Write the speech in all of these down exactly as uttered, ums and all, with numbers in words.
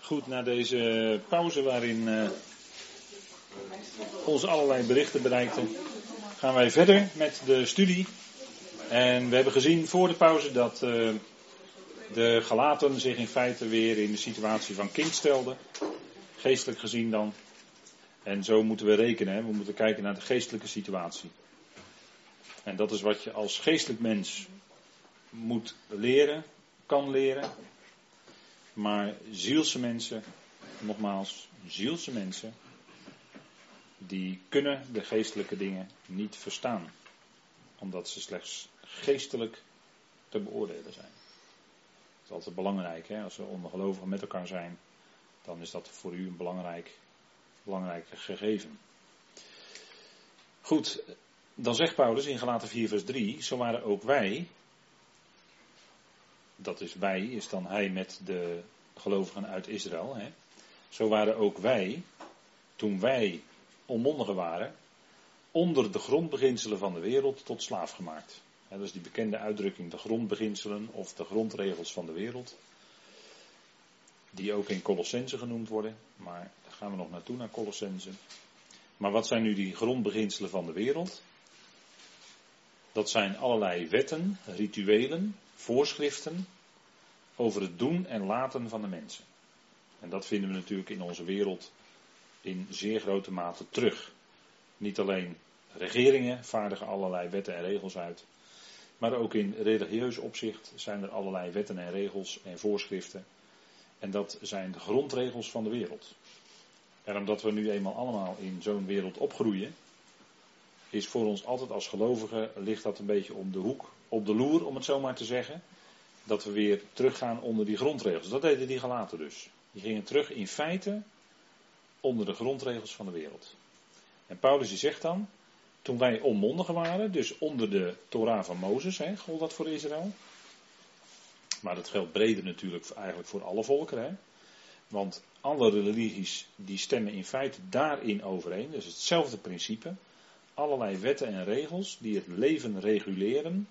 Goed, na deze pauze waarin uh, ons allerlei berichten bereikten, gaan wij verder met de studie. En we hebben gezien voor de pauze dat uh, de Galaten zich in feite weer in de situatie van kind stelden. Geestelijk gezien dan. En zo moeten we rekenen, hè? We moeten kijken naar de geestelijke situatie. En dat is wat je als geestelijk mens moet leren, kan leren. Maar zielse mensen, nogmaals, zielse mensen, die kunnen de geestelijke dingen niet verstaan. Omdat ze slechts geestelijk te beoordelen zijn. Dat is altijd belangrijk, hè? Als we ondergelovigen met elkaar zijn, dan is dat voor u een belangrijk, belangrijk gegeven. Goed, dan zegt Paulus in Galaten vier vers drie, zo waren ook wij, dat is wij, is dan hij met de gelovigen uit Israël, hè? Zo waren ook wij, toen wij onmondigen waren, onder de grondbeginselen van de wereld tot slaaf gemaakt. Dat is die bekende uitdrukking, de grondbeginselen of de grondregels van de wereld. Die ook in Colossense genoemd worden, maar daar gaan we nog naartoe, naar Colossense. Maar wat zijn nu die grondbeginselen van de wereld? Dat zijn allerlei wetten, rituelen, voorschriften over het doen en laten van de mensen. En dat vinden we natuurlijk in onze wereld in zeer grote mate terug. Niet alleen regeringen vaardigen allerlei wetten en regels uit, maar ook in religieus opzicht zijn er allerlei wetten en regels en voorschriften. En dat zijn de grondregels van de wereld. En omdat we nu eenmaal allemaal in zo'n wereld opgroeien, is voor ons altijd als gelovigen, ligt dat een beetje om de hoek, op de loer om het zo maar te zeggen, dat we weer teruggaan onder die grondregels. Dat deden die Galaten dus. Die gingen terug in feite onder de grondregels van de wereld. En Paulus die zegt dan, toen wij onmondigen waren, dus onder de Torah van Mozes, hè, gold dat voor Israël. Maar dat geldt breder natuurlijk eigenlijk voor alle volkeren. Hè. Want alle religies die stemmen in feite daarin overeen. Dus hetzelfde principe. Allerlei wetten en regels die het leven reguleren.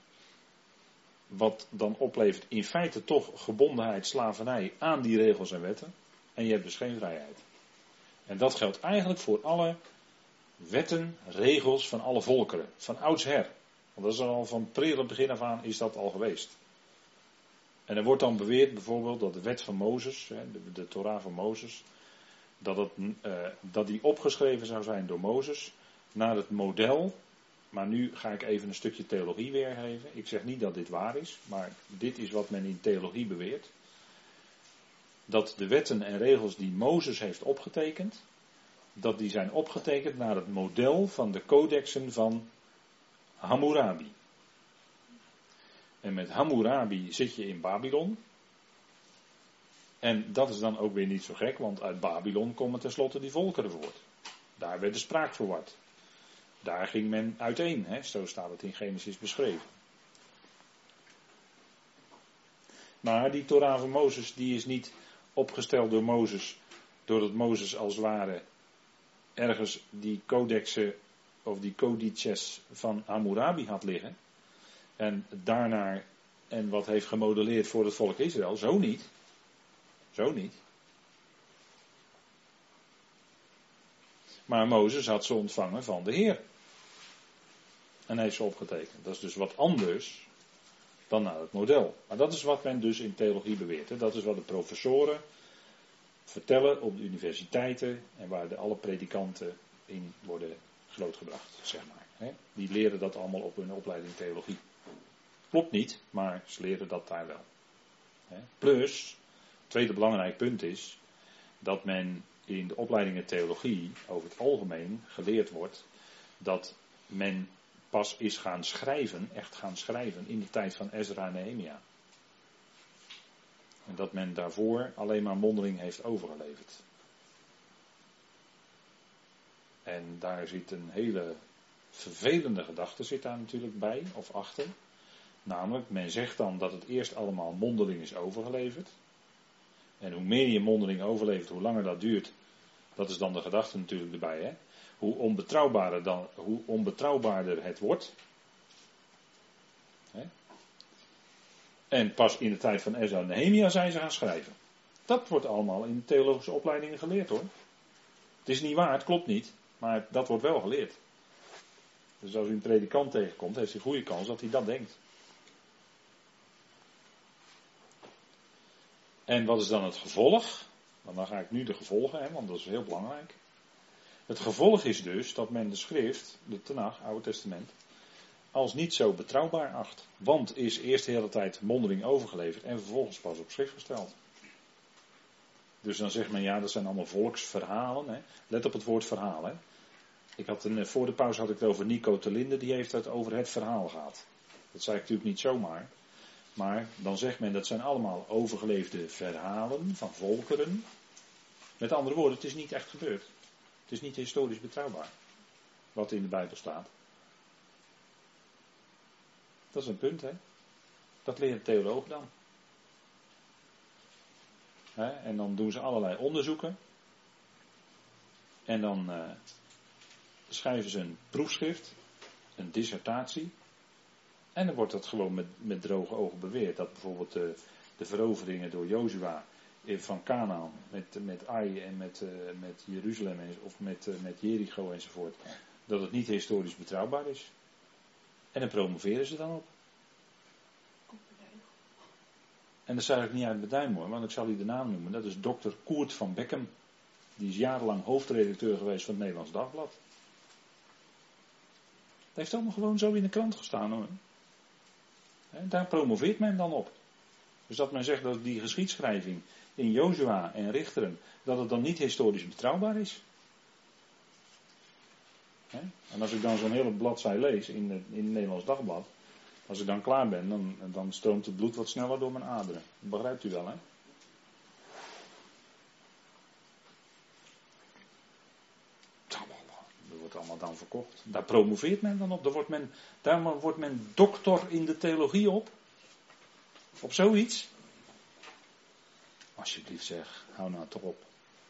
Wat dan oplevert in feite toch gebondenheid, slavernij aan die regels en wetten. En je hebt dus geen vrijheid. En dat geldt eigenlijk voor alle wetten, regels van alle volkeren. Van oudsher. Want dat is al van prille begin af aan is dat al geweest. En er wordt dan beweerd bijvoorbeeld dat de wet van Mozes, de, de Torah van Mozes, dat, het, uh, dat die opgeschreven zou zijn door Mozes naar het model. Maar nu ga ik even een stukje theologie weergeven. Ik zeg niet dat dit waar is, maar dit is wat men in theologie beweert. Dat de wetten en regels die Mozes heeft opgetekend, dat die zijn opgetekend naar het model van de codexen van Hammurabi. En met Hammurabi zit je in Babylon. En dat is dan ook weer niet zo gek, want uit Babylon komen tenslotte die volkeren voort. Daar werd de spraak verward. Daar ging men uiteen, hè? Zo staat het in Genesis beschreven. Maar die Torah van Mozes, die is niet opgesteld door Mozes, doordat Mozes als het ware ergens die codexen of die codices van Hammurabi had liggen. En daarna en wat heeft gemodelleerd voor het volk Israël. Zo niet. Zo niet. Maar Mozes had ze ontvangen van de Heer. En heeft ze opgetekend. Dat is dus wat anders dan naar het model. Maar dat is wat men dus in theologie beweert. Hè. Dat is wat de professoren vertellen op de universiteiten. En waar de alle predikanten in worden grootgebracht. Zeg maar. Hè. Die leren dat allemaal op hun opleiding theologie. Klopt niet, maar ze leren dat daar wel. Plus, het tweede belangrijk punt is dat men in de opleidingen theologie over het algemeen geleerd wordt dat men pas is gaan schrijven, echt gaan schrijven in de tijd van Ezra en Nehemia. En dat men daarvoor alleen maar mondeling heeft overgeleverd. En daar zit een hele vervelende gedachte zit daar natuurlijk bij, of achter. Namelijk, men zegt dan dat het eerst allemaal mondeling is overgeleverd. En hoe meer je mondeling overlevert, hoe langer dat duurt. Dat is dan de gedachte natuurlijk erbij. Hè? Hoe onbetrouwbaarder, dan, hoe onbetrouwbaarder het wordt. Hè? En pas in de tijd van Ezra en Nehemia zijn ze gaan schrijven. Dat wordt allemaal in theologische opleidingen geleerd hoor. Het is niet waar, het klopt niet. Maar dat wordt wel geleerd. Dus als u een predikant tegenkomt, heeft hij goede kans dat hij dat denkt. En wat is dan het gevolg? Nou, dan ga ik nu de gevolgen, hè, want dat is heel belangrijk. Het gevolg is dus dat men de schrift, de Tenach, Oude Testament, als niet zo betrouwbaar acht. Want is eerst de hele tijd mondeling overgeleverd en vervolgens pas op schrift gesteld. Dus dan zegt men, ja, dat zijn allemaal volksverhalen. Hè. Let op het woord verhaal. Hè. Ik had een, voor de pauze had ik het over Nico Telinde, die heeft het over het verhaal gehad. Dat zei ik natuurlijk niet zomaar. Maar dan zegt men, dat zijn allemaal overgeleverde verhalen van volkeren. Met andere woorden, het is niet echt gebeurd. Het is niet historisch betrouwbaar. Wat in de Bijbel staat. Dat is een punt, hè. Dat leren theologen dan. Hè? En dan doen ze allerlei onderzoeken. En dan uh, schrijven ze een proefschrift. Een dissertatie. En dan wordt dat gewoon met, met droge ogen beweerd. Dat bijvoorbeeld de, de veroveringen door Jozua van Canaan met, met Ai en met, uh, met Jeruzalem en, of met, uh, met Jericho enzovoort. Dat het niet historisch betrouwbaar is. En dan promoveren ze dan op. En dat zeg ik niet uit mijn duim hoor, want ik zal u de naam noemen. Dat is dokter Koert van Beckham. Die is jarenlang hoofdredacteur geweest van het Nederlands Dagblad. Dat heeft allemaal gewoon zo in de krant gestaan hoor. He, daar promoveert men dan op. Dus dat men zegt dat die geschiedschrijving in Jozua en Richteren, dat het dan niet historisch betrouwbaar is. He? En als ik dan zo'n hele bladzij lees in het, in het Nederlands Dagblad, als ik dan klaar ben, dan, dan stroomt het bloed wat sneller door mijn aderen. Dat begrijpt u wel, hè? Dat wordt allemaal dan verkocht. Daar promoveert men dan op. Daar wordt men, daar wordt men doctor in de theologie op. Op zoiets. Alsjeblieft zeg, hou nou toch op.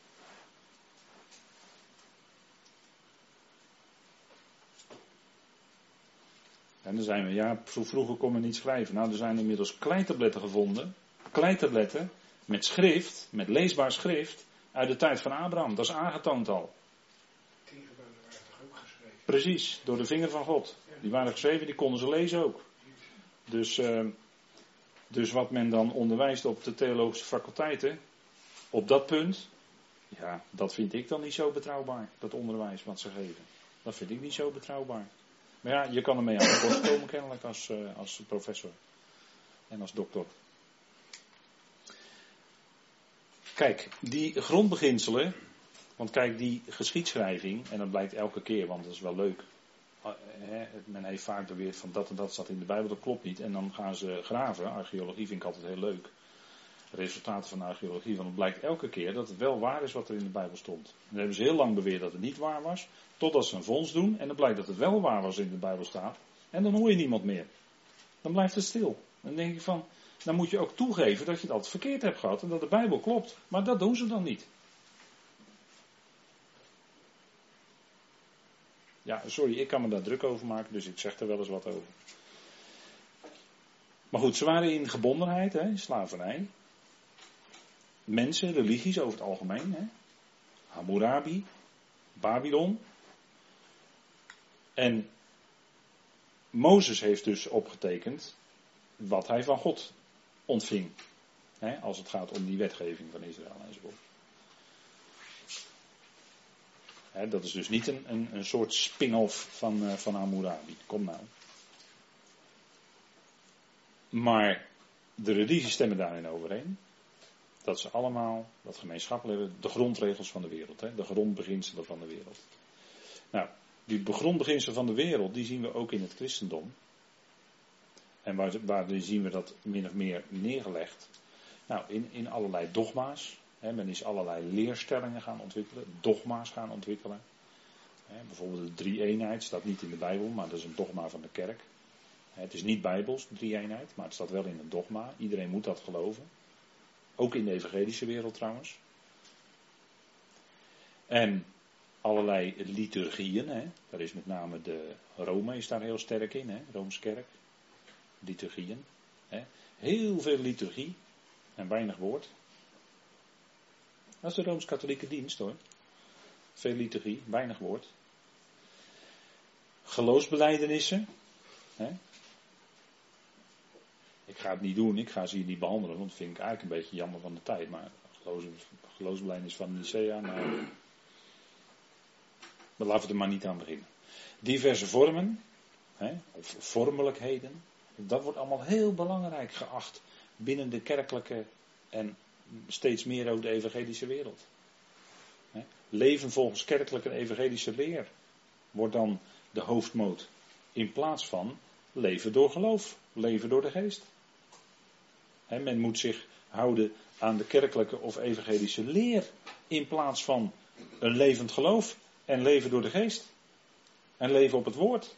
En dan zijn we, ja, vroeger kon men niet schrijven. Nou, er zijn inmiddels kleitabletten gevonden. Kleitabletten met schrift, met leesbaar schrift, uit de tijd van Abraham. Dat is aangetoond al. Tegenbanden waren toch ook geschreven? Precies, door de vinger van God. Die waren geschreven, die konden ze lezen ook. Dus, uh, dus wat men dan onderwijst op de theologische faculteiten, op dat punt, ja, dat vind ik dan niet zo betrouwbaar. Dat onderwijs wat ze geven. Dat vind ik niet zo betrouwbaar. Maar ja, je kan ermee aan de kost komen kennelijk als, uh, als professor. En als dokter. Kijk, die grondbeginselen. Want kijk, die geschiedschrijving. En dat blijkt elke keer, want dat is wel leuk. Uh, hè, men heeft vaak beweerd van dat en dat staat in de Bijbel. Dat klopt niet. En dan gaan ze graven. Archeologie vind ik altijd heel leuk. Resultaten van de archeologie. Want het blijkt elke keer dat het wel waar is wat er in de Bijbel stond. En dan hebben ze heel lang beweerd dat het niet waar was. Totdat ze een vondst doen. En dan blijkt dat het wel waar was in de Bijbel staat. En dan hoor je niemand meer. Dan blijft het stil. Dan denk ik van, dan moet je ook toegeven dat je het altijd verkeerd hebt gehad. En dat de Bijbel klopt. Maar dat doen ze dan niet. Ja, sorry, ik kan me daar druk over maken. Dus ik zeg er wel eens wat over. Maar goed, ze waren in gebondenheid, hè, slavernij. Mensen, religies over het algemeen. Hè. Hammurabi, Babylon. En Mozes heeft dus opgetekend wat hij van God ontving. Hè, als het gaat om die wetgeving van Israël enzovoort. Hè, dat is dus niet een, een, een soort spin-off van, uh, van Hammurabi. Kom nou. Maar de religies stemmen daarin overeen. Dat ze allemaal, dat gemeenschappelijk hebben, de grondregels van de wereld. Hè, de grondbeginselen van de wereld. Nou, die grondbeginselen van de wereld, die zien we ook in het christendom. En waar, waar zien we dat min of meer neergelegd? Nou, in, in allerlei dogma's. Hè, men is allerlei leerstellingen gaan ontwikkelen, dogma's gaan ontwikkelen. Hè, bijvoorbeeld de drie-eenheid staat niet in de Bijbel, maar dat is een dogma van de kerk. Hè, het is niet bijbels, de drie-eenheid, maar het staat wel in een dogma. Iedereen moet dat geloven. Ook in de evangelische wereld trouwens. En allerlei liturgieën, hè. Daar is met name de Rome is daar heel sterk in, hè, Roomskerk. Liturgieën. Hè. Heel veel liturgie en weinig woord. Dat is de Rooms-Katholieke dienst hoor. Veel liturgie, weinig woord. Geloofsbelijdenissen. Hè? Ik ga het niet doen, ik ga ze hier niet behandelen, want dat vind ik eigenlijk een beetje jammer van de tijd. Maar geloofs, geloofsbelijdenis van Nicea, maar, maar laten we er maar niet aan beginnen. Diverse vormen, hè, of vormelijkheden, dat wordt allemaal heel belangrijk geacht binnen de kerkelijke en steeds meer ook de evangelische wereld. Hè. Leven volgens kerkelijke en evangelische leer wordt dan de hoofdmoot in plaats van leven door geloof, leven door de geest. He, men moet zich houden aan de kerkelijke of evangelische leer in plaats van een levend geloof en leven door de geest. En leven op het woord.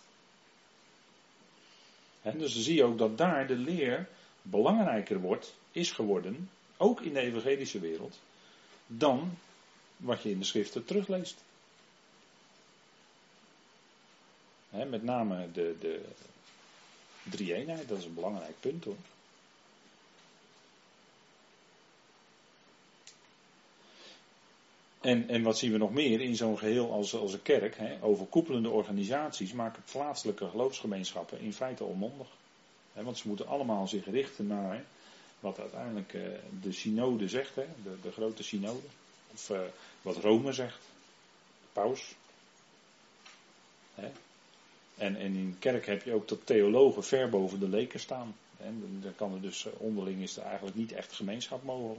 He, dus dan zie je ook dat daar de leer belangrijker wordt, is geworden, ook in de evangelische wereld, dan wat je in de schriften terugleest. He, met name de, de drie-eenheid, dat is een belangrijk punt hoor. En, en wat zien we nog meer in zo'n geheel als, als een kerk? Hè? Overkoepelende organisaties maken plaatselijke geloofsgemeenschappen in feite onmondig. Hè? Want ze moeten allemaal zich richten naar hè, wat uiteindelijk eh, de synode zegt, hè? De, de grote synode. Of eh, wat Rome zegt, de paus. Hè? En, en in de kerk heb je ook dat theologen ver boven de leken staan. En dan kan er dus onderling is er eigenlijk niet echt gemeenschap mogelijk.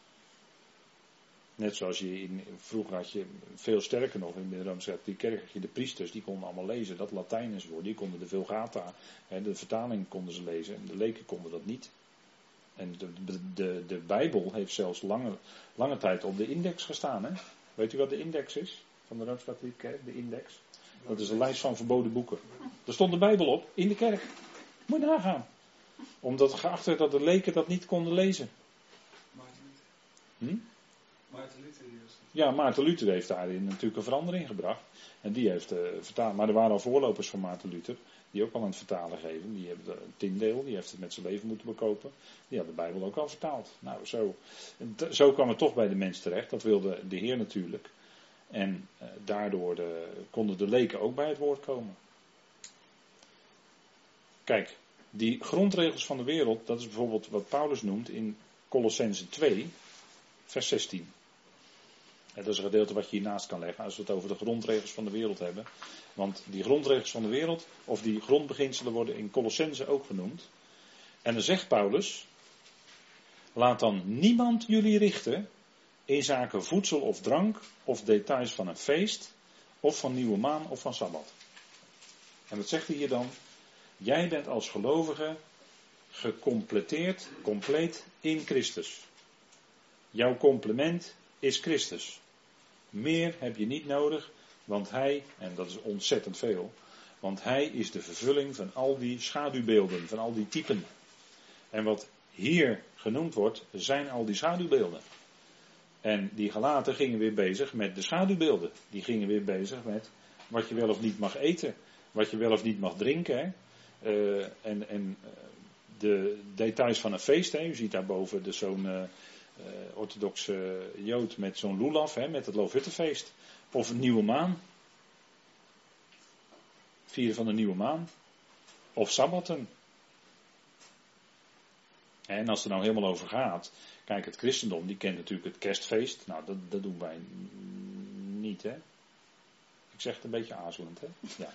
Net zoals je in, vroeger had je, veel sterker nog, in de Rooms-Katholieke kerk had je de priesters, die konden allemaal lezen, dat Latijn is woord, die konden de Vulgata, hè, de vertaling konden ze lezen, en de leken konden dat niet. En de, de, de, de Bijbel heeft zelfs lange, lange tijd op de index gestaan. Hè? Weet u wat de index is van de Rooms-Katholieke kerk, de index? Dat is een lijst van verboden boeken. Daar stond de Bijbel op, in de kerk. Moet je nagaan. Omdat geacht werd dat de leken dat niet konden lezen. Hm? Maarten Luther. Ja, Maarten Luther heeft daarin natuurlijk een verandering gebracht. En die heeft uh, vertaald. Maar er waren al voorlopers van Maarten Luther. Die ook al aan het vertalen geven. Die hebben de Tyndale, die heeft het met zijn leven moeten bekopen. Die had de Bijbel ook al vertaald. Nou, zo, t- zo kwam het toch bij de mens terecht. Dat wilde de Heer natuurlijk. En uh, daardoor de, konden de leken ook bij het woord komen. Kijk, die grondregels van de wereld, dat is bijvoorbeeld wat Paulus noemt in Colossenzen twee, vers zestien. En dat is een gedeelte wat je hiernaast kan leggen als we het over de grondregels van de wereld hebben. Want die grondregels van de wereld, of die grondbeginselen worden in Colossenzen ook genoemd. En dan zegt Paulus, laat dan niemand jullie richten in zaken voedsel of drank, of details van een feest, of van nieuwe maan of van sabbat. En wat zegt hij hier dan? Jij bent als gelovige gecompleteerd, compleet in Christus. Jouw complement is Christus. Meer heb je niet nodig, want hij, en dat is ontzettend veel, want hij is de vervulling van al die schaduwbeelden, van al die typen. En wat hier genoemd wordt, zijn al die schaduwbeelden. En die Galaten gingen weer bezig met de schaduwbeelden. Die gingen weer bezig met wat je wel of niet mag eten, wat je wel of niet mag drinken. Hè. Uh, en, en de details van een feest, hè. U ziet daarboven dus zo'n uh, uh, orthodoxe Jood met zo'n lulaf, hè, met het Loofhuttenfeest. Of een nieuwe maan. Vieren van de nieuwe maan. Of sabbatten. En als het er nou helemaal over gaat. Kijk, het christendom die kent natuurlijk het kerstfeest. Nou, dat, dat doen wij niet, hè. Ik zeg het een beetje aarzelend, hè. Ja.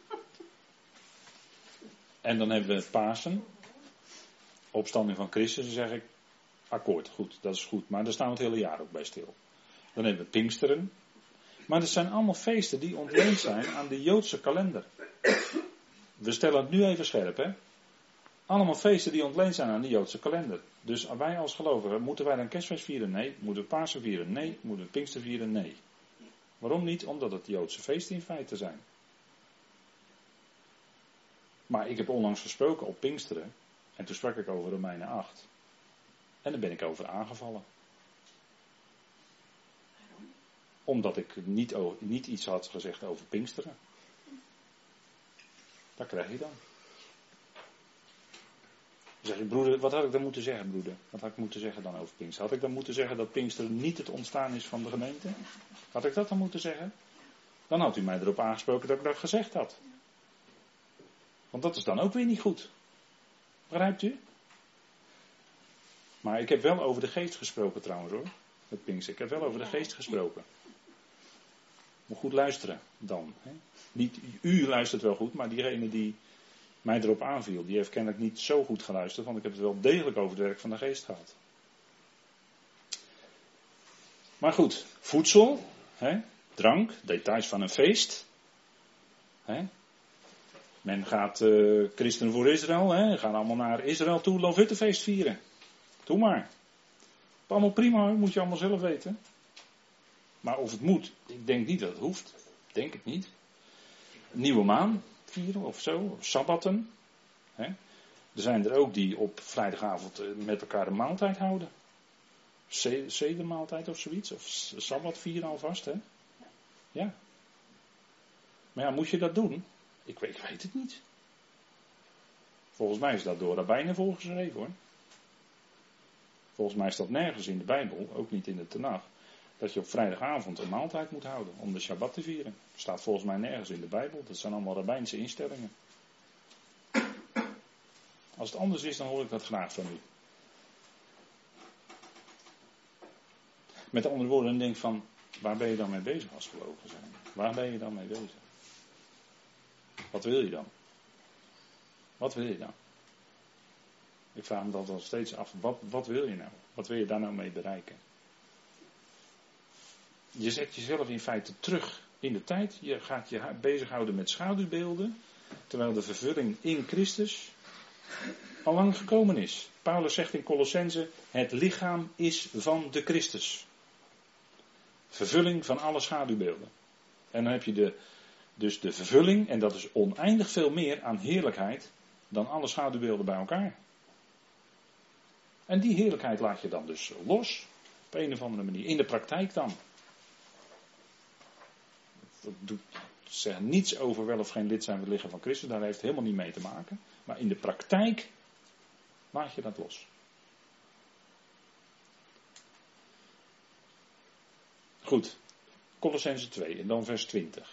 En dan hebben we Pasen. Opstanding van Christus. Dan zeg ik, akkoord, goed, dat is goed. Maar daar staan we het hele jaar ook bij stil. Dan hebben we Pinksteren. Maar dat zijn allemaal feesten die ontleend zijn aan de Joodse kalender. We stellen het nu even scherp, hè. Allemaal feesten die ontleend zijn aan de Joodse kalender. Dus wij als gelovigen, moeten wij dan kerstfeest vieren? Nee. Moeten we Pasen vieren? Nee. Moeten we Pinkster vieren? Nee. Waarom niet? Omdat het Joodse feesten in feite zijn. Maar ik heb onlangs gesproken op Pinksteren. En toen sprak ik over Romeinen acht. En daar ben ik over aangevallen. Waarom? Omdat ik niet, over, niet iets had gezegd over Pinksteren. Dat krijg je dan. Dan zeg ik, broeder, wat had ik dan moeten zeggen, broeder? Wat had ik moeten zeggen dan over Pinkster? Had ik dan moeten zeggen dat Pinkster niet het ontstaan is van de gemeente? Had ik dat dan moeten zeggen? Dan had u mij erop aangesproken dat ik dat gezegd had. Want dat is dan ook weer niet goed. Begrijpt u? Maar ik heb wel over de geest gesproken trouwens hoor. Met Pinkster. Ik heb wel over de geest gesproken. Moet goed luisteren dan. Hè? Niet, u luistert wel goed, maar diegene die mij erop aanviel, die heeft kennelijk niet zo goed geluisterd, want ik heb het wel degelijk over het werk van de geest gehad. Maar goed, voedsel, hè, drank, details van een feest. Hè. Men gaat, uh, christenen voor Israël, hè, gaan allemaal naar Israël toe, Loofhuttenfeest vieren. Doe maar. Allemaal prima, moet je allemaal zelf weten. Maar of het moet, ik denk niet dat het hoeft. Denk het niet. Nieuwe maan vieren of zo, of sabbatten. Hè. Er zijn er ook die op vrijdagavond met elkaar een maaltijd houden. Sedermaaltijd of zoiets, of sabbat vieren alvast, hè. Ja. Maar ja, moet je dat doen? Ik weet, ik weet het niet. Volgens mij is dat door rabbijnen voorgeschreven hoor. Volgens mij is dat nergens in de Bijbel, ook niet in de Tenach, dat je op vrijdagavond een maaltijd moet houden om de Shabbat te vieren. Dat staat volgens mij nergens in de Bijbel. Dat zijn allemaal rabbijnse instellingen. Als het anders is, dan hoor ik dat graag van u. Met andere woorden, dan denk ik van, waar ben je dan mee bezig als gelovigen zijn? Waar ben je dan mee bezig? Wat wil je dan? Wat wil je dan? Ik vraag me dat nog steeds af. Wat, wat wil je nou? Wat wil je daar nou mee bereiken? Je zet jezelf in feite terug in de tijd. Je gaat je bezighouden met schaduwbeelden. Terwijl de vervulling in Christus al lang gekomen is. Paulus zegt in Colossense, het lichaam is van de Christus. Vervulling van alle schaduwbeelden. En dan heb je de, dus de vervulling, en dat is oneindig veel meer aan heerlijkheid dan alle schaduwbeelden bij elkaar. En die heerlijkheid laat je dan dus los, op een of andere manier, in de praktijk dan. Dat doet zegt niets over wel of geen lid zijn van het lichaam van Christus, daar heeft het helemaal niet mee te maken. Maar in de praktijk laat je dat los. Goed, Colossense twee en dan vers twintig.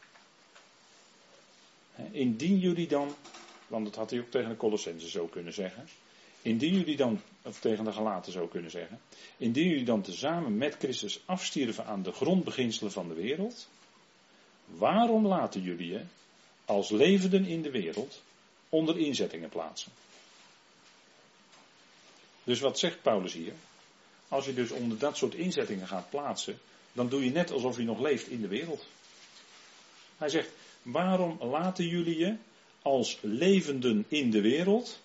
Indien jullie dan, want dat had hij ook tegen de Colossense zo kunnen zeggen. Indien jullie dan, of tegen de Galaten zo kunnen zeggen. Indien jullie dan tezamen met Christus afstierven aan de grondbeginselen van de wereld. Waarom laten jullie je, als levenden in de wereld, onder inzettingen plaatsen? Dus wat zegt Paulus hier? Als je dus onder dat soort inzettingen gaat plaatsen, dan doe je net alsof je nog leeft in de wereld. Hij zegt, waarom laten jullie je, als levenden in de wereld,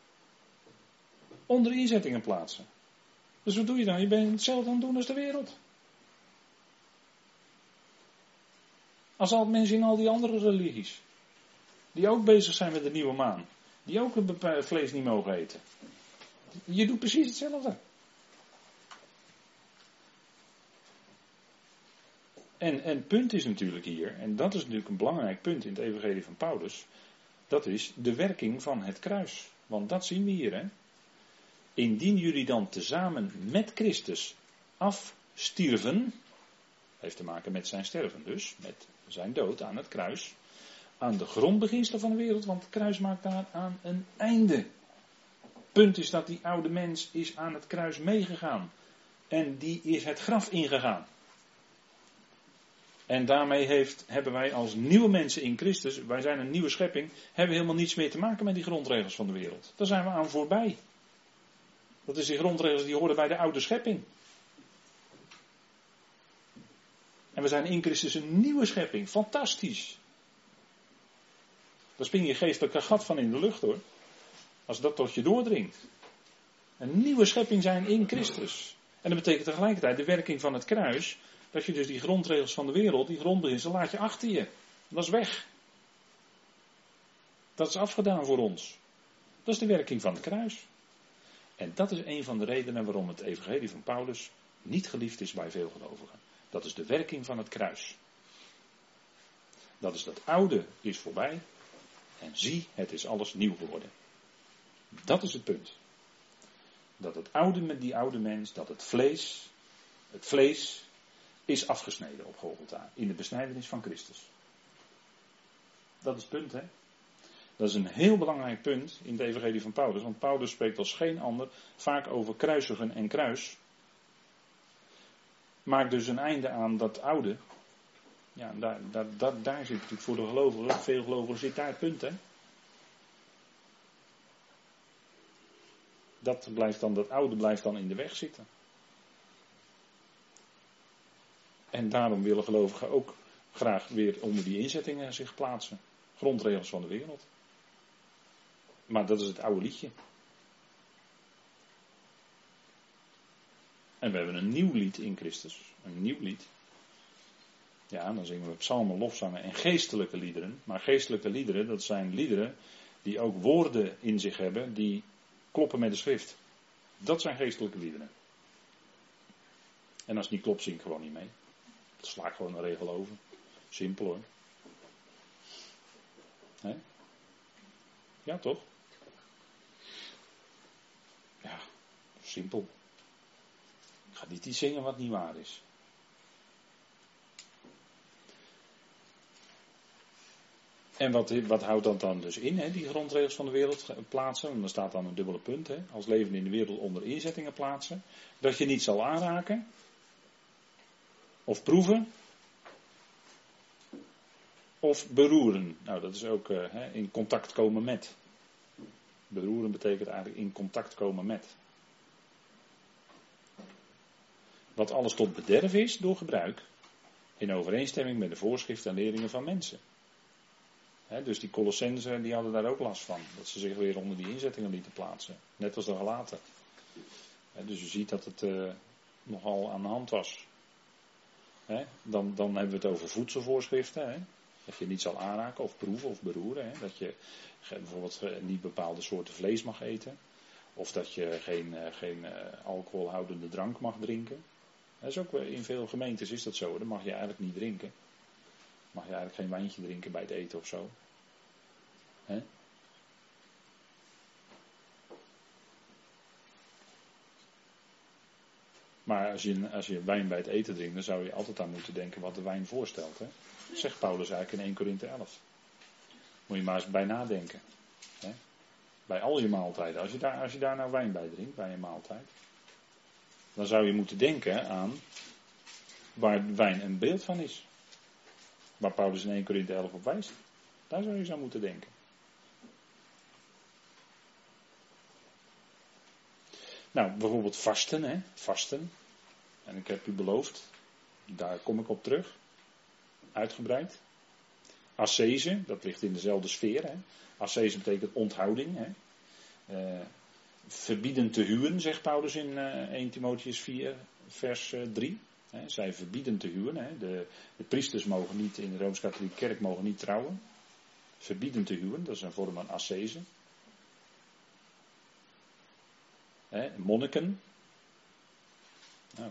onder inzettingen plaatsen? Dus wat doe je dan? Je bent hetzelfde aan het doen als de wereld. Als al mensen in al die andere religies, die ook bezig zijn met de nieuwe maan, die ook het vlees niet mogen eten. Je doet precies hetzelfde. En, en het punt is natuurlijk hier, en dat is natuurlijk een belangrijk punt in het evangelie van Paulus, dat is de werking van het kruis. Want dat zien we hier, hè. Indien jullie dan tezamen met Christus afstierven, heeft te maken met zijn sterven dus, met zijn dood aan het kruis, aan de grondbeginselen van de wereld, want het kruis maakt daar aan een einde. Punt is dat die oude mens is aan het kruis meegegaan en die is het graf ingegaan. En daarmee heeft, hebben wij als nieuwe mensen in Christus, wij zijn een nieuwe schepping, hebben helemaal niets meer te maken met die grondregels van de wereld. Daar zijn we aan voorbij. Dat is die grondregels die horen bij de oude schepping. En we zijn in Christus een nieuwe schepping. Fantastisch. Daar spring je geestelijk een gat van in de lucht hoor. Als dat tot je doordringt. Een nieuwe schepping zijn in Christus. En dat betekent tegelijkertijd de werking van het kruis. Dat je dus die grondregels van de wereld, die grondbeginselen, laat je achter je. Dat is weg. Dat is afgedaan voor ons. Dat is de werking van het kruis. En dat is een van de redenen waarom het evangelie van Paulus niet geliefd is bij veel gelovigen. Dat is de werking van het kruis. Dat is dat oude is voorbij. En zie, het is alles nieuw geworden. Dat is het punt. Dat het oude met die oude mens, dat het vlees, het vlees is afgesneden op Golgotha. In de besnijdenis van Christus. Dat is het punt, hè. Dat is een heel belangrijk punt in het evangelie van Paulus. Want Paulus spreekt als geen ander vaak over kruisigen en kruis. Maakt dus een einde aan dat oude. Ja, daar, daar, daar, daar zit natuurlijk voor de gelovigen, veel gelovigen zit daar het punt, hè. Dat blijft dan, dat oude blijft dan in de weg zitten. En daarom willen gelovigen ook graag weer onder die inzettingen zich plaatsen. Grondregels van de wereld. Maar dat is het oude liedje. En we hebben een nieuw lied in Christus. Een nieuw lied. Ja, dan zingen we psalmen, lofzangen en geestelijke liederen. Maar geestelijke liederen, dat zijn liederen die ook woorden in zich hebben die kloppen met de schrift. Dat zijn geestelijke liederen. En als het niet klopt, zing ik gewoon niet mee. Dat sla ik gewoon een regel over. Simpel hoor. He? Ja, toch? Ja, simpel. Ik ga niet iets zingen wat niet waar is. En wat, wat houdt dat dan dus in, hè, die grondregels van de wereld plaatsen? Want er staat dan een dubbele punt, hè, als leven in de wereld onder inzettingen plaatsen. Dat je niet zal aanraken. Of proeven. Of beroeren. Nou, dat is ook uh, hè, in contact komen met. Beroeren betekent eigenlijk in contact komen met. Wat alles tot bederf is door gebruik. In overeenstemming met de voorschriften en leringen van mensen. He, dus die Colossenzen die hadden daar ook last van. Dat ze zich weer onder die inzettingen lieten plaatsen. Net als de Galaten. He, dus je ziet dat het uh, nogal aan de hand was. He, dan, dan hebben we het over voedselvoorschriften. He. Dat je niet zal aanraken of proeven of beroeren. He. Dat je bijvoorbeeld niet bepaalde soorten vlees mag eten. Of dat je geen, uh, geen uh, alcoholhoudende drank mag drinken. Dat is ook in veel gemeentes is dat zo. Dan mag je eigenlijk niet drinken. Mag je eigenlijk geen wijntje drinken bij het eten of zo. He? Maar als je, als je wijn bij het eten drinkt, dan zou je altijd aan moeten denken wat de wijn voorstelt. Hè? Zegt Paulus eigenlijk in Eerste Korinthe elf. Moet je maar eens bij nadenken. Hè? Bij al je maaltijden. Als je, daar, als je daar nou wijn bij drinkt, bij een maaltijd. Dan zou je moeten denken aan waar wijn een beeld van is. Waar Paulus in Eerste Korinthe elf op wijst. Daar zou je eens aan moeten denken. Nou, bijvoorbeeld vasten, hè. Vasten. En ik heb u beloofd, daar kom ik op terug. Uitgebreid. Ascese, dat ligt in dezelfde sfeer, hè. Ascese betekent onthouding, hè. Uh, verbieden te huwen, zegt Paulus in uh, Eerste Timotheüs vier, vers uh, drie. He, zij verbieden te huwen. He. De, de priesters mogen niet, in de Rooms-Katholieke Kerk mogen niet trouwen. Verbieden te huwen, dat is een vorm van ascese. He, monniken. Nou.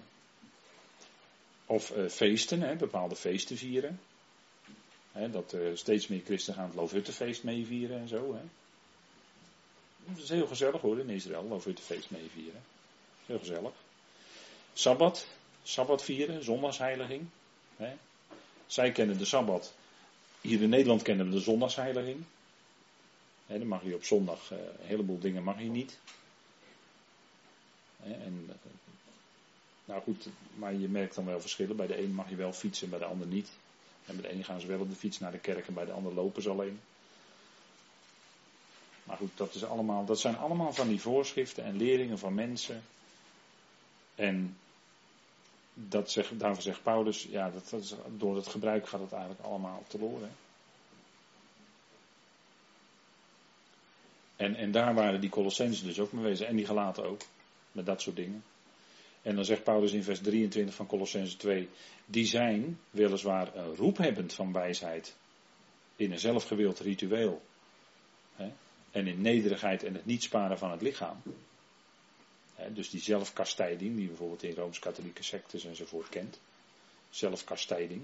Of uh, feesten, he, bepaalde feesten vieren. He, dat uh, steeds meer christenen gaan het Loofhuttenfeest meevieren en zo. He. Dat is heel gezellig hoor, in Israël, Loofhuttenfeest meevieren. Heel gezellig. Sabbat. Sabbat vieren, zondagsheiliging. Hè. Zij kennen de Sabbat. Hier in Nederland kennen we de zondagsheiliging. Hè, dan mag je op zondag uh, een heleboel dingen mag je niet. Hè, en, uh, nou goed, maar je merkt dan wel verschillen. Bij de een mag je wel fietsen, bij de ander niet. En bij de een gaan ze wel op de fiets naar de kerk en bij de ander lopen ze alleen. Maar goed, dat, is allemaal, dat zijn allemaal van die voorschriften en leringen van mensen. En dat zegt, daarvoor zegt Paulus, ja, dat, dat is, door het gebruik gaat het eigenlijk allemaal teloor. Hè? En, en daar waren die Colossenzen dus ook mee bezig. En die Galaten ook. Met dat soort dingen. En dan zegt Paulus in vers drieëntwintig van Colossenzen twee. Die zijn weliswaar een roephebbend van wijsheid. In een zelfgewild ritueel. Hè? En in nederigheid en het niet sparen van het lichaam. Hè? Dus die zelfkastijding die je bijvoorbeeld in Rooms-Katholieke sectes enzovoort kent. Zelfkastijding.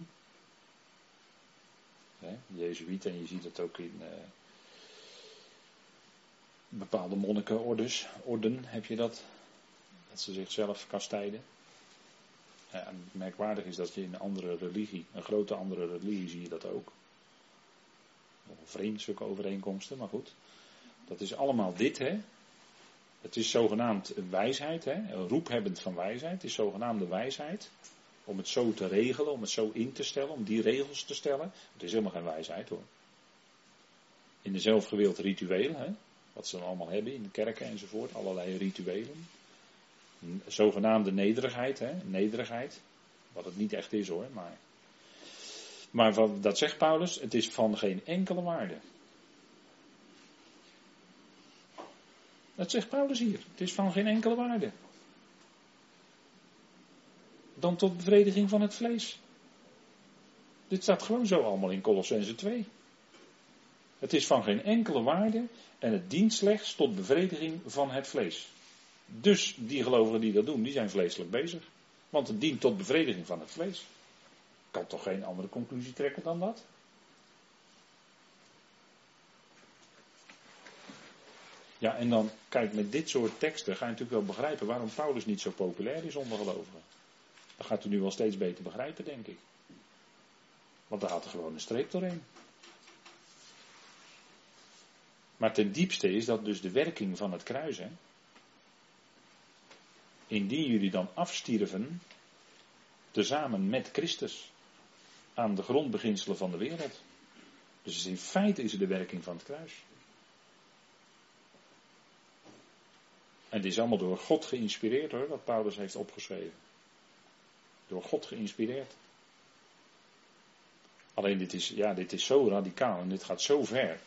Hè? Jezuïeten, en je ziet het ook in... Uh, bepaalde monnikenorders, orden heb je dat. Dat ze zichzelf kastijden. Ja, en merkwaardig is dat je in een andere religie, een grote andere religie, zie je dat ook. Nog vreemd zulke overeenkomsten, maar goed. Dat is allemaal dit, hè. Het is zogenaamd een wijsheid, hè. Een roephebbend van wijsheid. Het is zogenaamde wijsheid. Om het zo te regelen, om het zo in te stellen, om die regels te stellen. Het is helemaal geen wijsheid, hoor. In de zelfgewild ritueel, hè. Wat ze dan allemaal hebben in de kerken enzovoort. Allerlei rituelen. Zogenaamde nederigheid, hè. Nederigheid. Wat het niet echt is, hoor, maar... Maar wat, dat zegt Paulus, het is van geen enkele waarde. Dat zegt Paulus hier. Het is van geen enkele waarde. Dan tot bevrediging van het vlees. Dit staat gewoon zo allemaal in Kolossenzen twee. Het is van geen enkele waarde en het dient slechts tot bevrediging van het vlees. Dus die gelovigen die dat doen, die zijn vleeselijk bezig. Want het dient tot bevrediging van het vlees. Ik kan toch geen andere conclusie trekken dan dat? Ja, en dan, kijk, met dit soort teksten ga je natuurlijk wel begrijpen waarom Paulus niet zo populair is onder gelovigen. Dat gaat u nu wel steeds beter begrijpen, denk ik. Want daar gaat er gewoon een streep doorheen. Maar ten diepste is dat dus de werking van het kruis, hè. Indien jullie dan afstierven, tezamen met Christus, aan de grondbeginselen van de wereld. Dus in feite is het de werking van het kruis. En dit is allemaal door God geïnspireerd, hoor, wat Paulus heeft opgeschreven. Door God geïnspireerd. Alleen dit is, ja, dit is zo radicaal en dit gaat zo ver.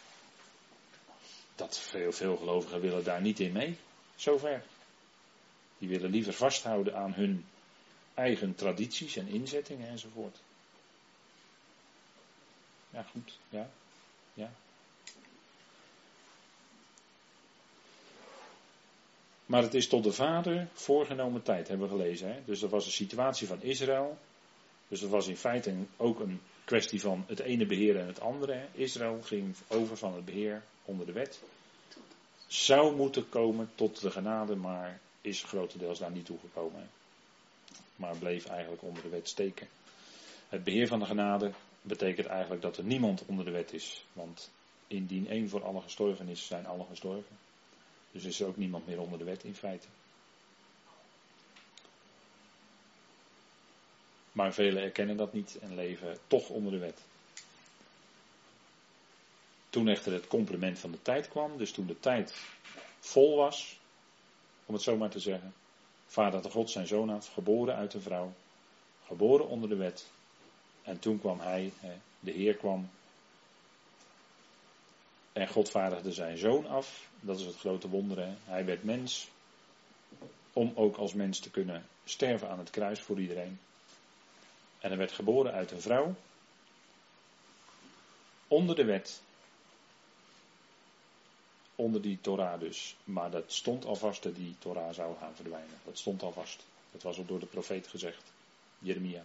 Dat veel, veel gelovigen willen daar niet in mee. Zo ver. Die willen liever vasthouden aan hun eigen tradities en inzettingen enzovoort. Ja, goed. Ja. Ja. Maar het is tot de vader voorgenomen tijd, hebben we gelezen. Hè? Dus dat was een situatie van Israël. Dus dat was in feite ook een kwestie van het ene beheer en het andere. Hè? Israël ging over van het beheer onder de wet. Zou moeten komen tot de genade, maar is grotendeels daar niet toegekomen. Hè? Maar bleef eigenlijk onder de wet steken. Het beheer van de genade betekent eigenlijk dat er niemand onder de wet is. Want indien één voor allen gestorven is, zijn allen gestorven. Dus is er ook niemand meer onder de wet in feite. Maar velen erkennen dat niet en leven toch onder de wet. Toen echter het complement van de tijd kwam, dus toen de tijd vol was, om het zo maar te zeggen. Vader de God zijn zoon had, geboren uit een vrouw, geboren onder de wet. En toen kwam hij, de Heer kwam. En God vaardigde zijn zoon af. Dat is het grote wonder. Hè? Hij werd mens. Om ook als mens te kunnen sterven aan het kruis voor iedereen. En hij werd geboren uit een vrouw. Onder de wet. Onder die Torah dus. Maar dat stond al vast dat die Torah zou gaan verdwijnen. Dat stond al vast. Dat was al door de profeet gezegd. Jeremia.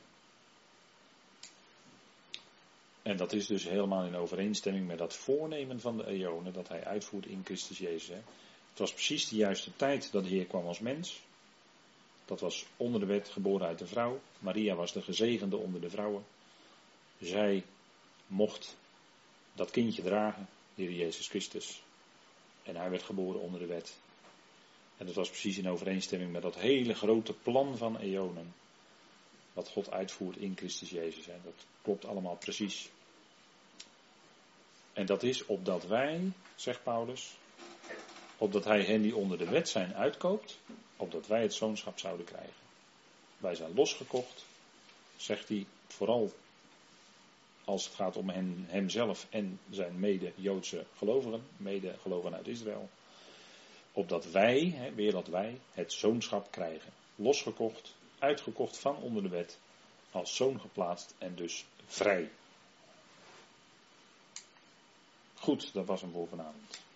En dat is dus helemaal in overeenstemming met dat voornemen van de eonen dat hij uitvoert in Christus Jezus. Hè. Het was precies de juiste tijd dat de Heer kwam als mens. Dat was onder de wet, geboren uit de vrouw. Maria was de gezegende onder de vrouwen. Zij mocht dat kindje dragen, de Heer Jezus Christus. En hij werd geboren onder de wet. En dat was precies in overeenstemming met dat hele grote plan van eonen. Wat God uitvoert in Christus Jezus. Hè. Dat klopt allemaal precies. En dat is opdat wij, zegt Paulus, opdat hij hen die onder de wet zijn uitkoopt, opdat wij het zoonschap zouden krijgen. Wij zijn losgekocht, zegt hij, vooral als het gaat om hem, hemzelf en zijn mede-Joodse gelovigen, mede-gelovigen uit Israël. Opdat wij, hè, weer dat wij, het zoonschap krijgen. Losgekocht, uitgekocht van onder de wet, als zoon geplaatst en dus vrij. Goed, dat was hem voor vanavond.